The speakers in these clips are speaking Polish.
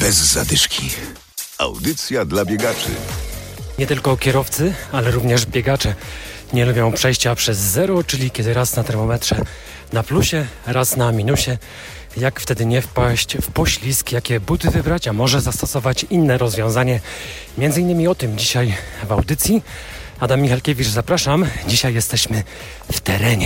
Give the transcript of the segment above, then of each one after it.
Bez zadyszki. Audycja dla biegaczy. Nie tylko kierowcy, ale również biegacze nie lubią przejścia przez zero, czyli kiedy raz na termometrze na plusie, raz na minusie. Jak wtedy nie wpaść w poślizg, jakie buty wybrać, a może zastosować inne rozwiązanie. Między innymi o tym dzisiaj w audycji. Adam Michalkiewicz, zapraszam. Dzisiaj jesteśmy w terenie.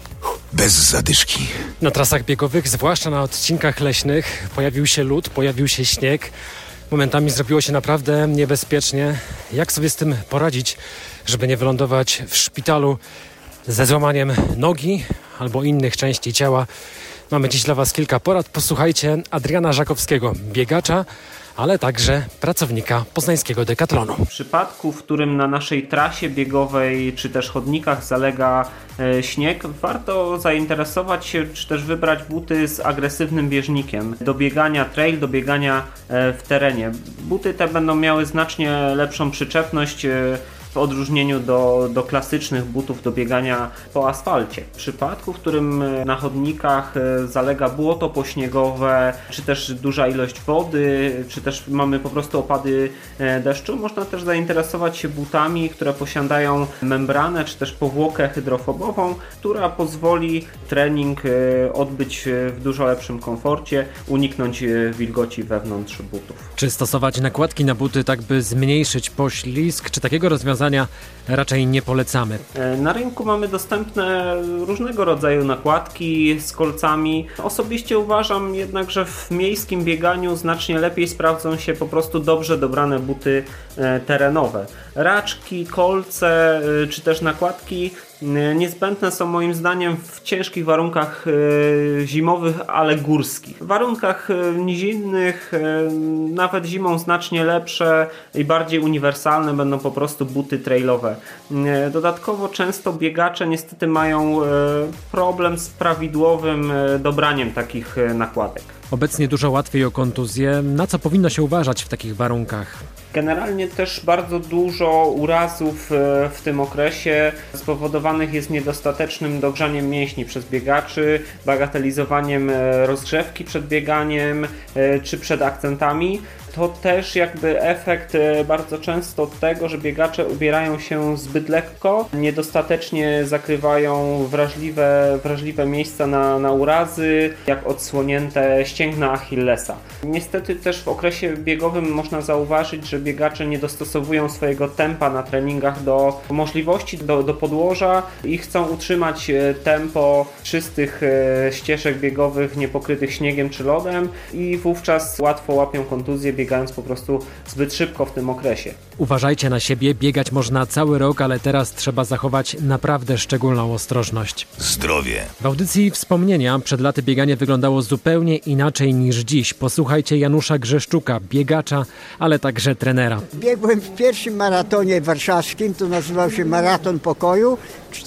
Bez zadyszki. Na trasach biegowych, zwłaszcza na odcinkach leśnych, pojawił się lód, pojawił się śnieg. Momentami zrobiło się naprawdę niebezpiecznie. Jak sobie z tym poradzić, żeby nie wylądować w szpitalu ze złamaniem nogi albo innych części ciała? Mamy dziś dla Was kilka porad. Posłuchajcie Adriana Żakowskiego, biegacza, ale także pracownika poznańskiego Decathlonu. W przypadku, w którym na naszej trasie biegowej czy też chodnikach zalega śnieg, warto zainteresować się czy też wybrać buty z agresywnym bieżnikiem do biegania trail, do biegania w terenie. Buty te będą miały znacznie lepszą przyczepność w odróżnieniu do klasycznych butów do biegania po asfalcie. W przypadku, w którym na chodnikach zalega błoto pośniegowe, czy też duża ilość wody, czy też mamy po prostu opady deszczu, można też zainteresować się butami, które posiadają membranę, czy też powłokę hydrofobową, która pozwoli trening odbyć w dużo lepszym komforcie, uniknąć wilgoci wewnątrz butów. Czy stosować nakładki na buty, tak by zmniejszyć poślizg, czy takiego rozwiązania raczej nie polecamy? Na rynku mamy dostępne różnego rodzaju nakładki z kolcami. Osobiście uważam jednak, że w miejskim bieganiu znacznie lepiej sprawdzą się po prostu dobrze dobrane buty terenowe. Raczki, kolce czy też nakładki niezbędne są moim zdaniem w ciężkich warunkach zimowych, ale górskich. W warunkach nizinnych, nawet zimą znacznie lepsze i bardziej uniwersalne będą po prostu buty trailowe. Dodatkowo często biegacze niestety mają problem z prawidłowym dobraniem takich nakładek. Obecnie dużo łatwiej o kontuzję. Na co powinno się uważać w takich warunkach? Generalnie też bardzo dużo urazów w tym okresie spowodowanych jest niedostatecznym dogrzaniem mięśni przez biegaczy, bagatelizowaniem rozgrzewki przed bieganiem czy przed akcentami. To też jakby efekt bardzo często tego, że biegacze ubierają się zbyt lekko, niedostatecznie zakrywają wrażliwe miejsca na urazy, jak odsłonięte ścięgna Achillesa. Niestety też w okresie biegowym można zauważyć, że biegacze nie dostosowują swojego tempa na treningach do możliwości, do podłoża i chcą utrzymać tempo czystych ścieżek biegowych niepokrytych śniegiem czy lodem i wówczas łatwo łapią kontuzję, biegając po prostu zbyt szybko w tym okresie. Uważajcie na siebie, biegać można cały rok, ale teraz trzeba zachować naprawdę szczególną ostrożność. Zdrowie. W audycji Wspomnienia przed laty bieganie wyglądało zupełnie inaczej niż dziś. Posłuchajcie Janusza Grzeszczuka, biegacza, ale także trenera. Biegłem w pierwszym maratonie warszawskim, to nazywał się Maraton Pokoju,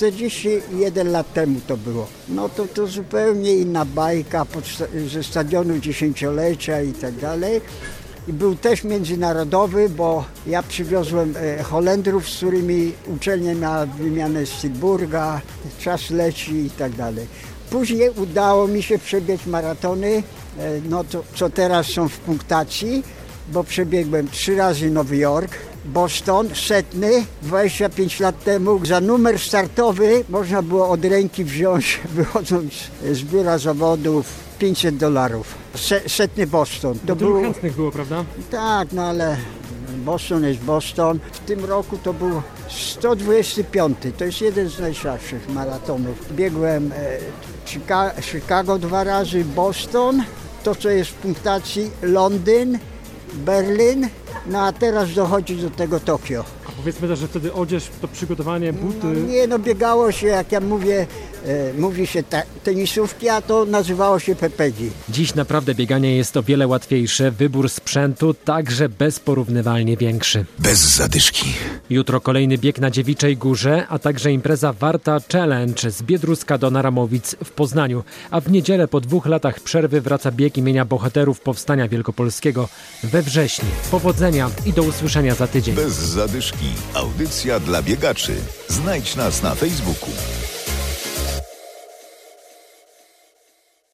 41 lat temu to było. No to zupełnie inna bajka ze stadionu dziesięciolecia i tak dalej. I był też międzynarodowy, bo ja przywiozłem Holendrów, z którymi uczelnia miała wymianę z Tilburga, czas leci i tak dalej. Później udało mi się przebiec maratony, no to co teraz są w punktacji, bo przebiegłem 3 razy Nowy Jork, Boston, 100, 25 lat temu. Za numer startowy można było od ręki wziąć, wychodząc z biura zawodów, $500. 100 Boston. To było chętnych było, prawda? Tak, no ale Boston jest Boston. W tym roku to był 125. To jest jeden z najszybszych maratonów. Biegłem Chicago 2 razy, Boston, to co jest w punktacji Londyn, Berlin, no a teraz dochodzi do tego Tokio. A powiedzmy też, że wtedy odzież, to przygotowanie, buty... No biegało się, jak ja mówię, mówi się tenisówki, a to nazywało się pepegi. Dziś naprawdę bieganie jest o wiele łatwiejsze, wybór sprzętu także bezporównywalnie większy. Bez zadyszki. Jutro kolejny bieg na Dziewiczej Górze, a także impreza Warta Challenge z Biedruska do Naramowic w Poznaniu. A w niedzielę po 2 latach przerwy wraca bieg imienia bohaterów Powstania Wielkopolskiego we wrześniu. Powodzenia i do usłyszenia za tydzień. Bez zadyszki. Audycja dla biegaczy. Znajdź nas na Facebooku.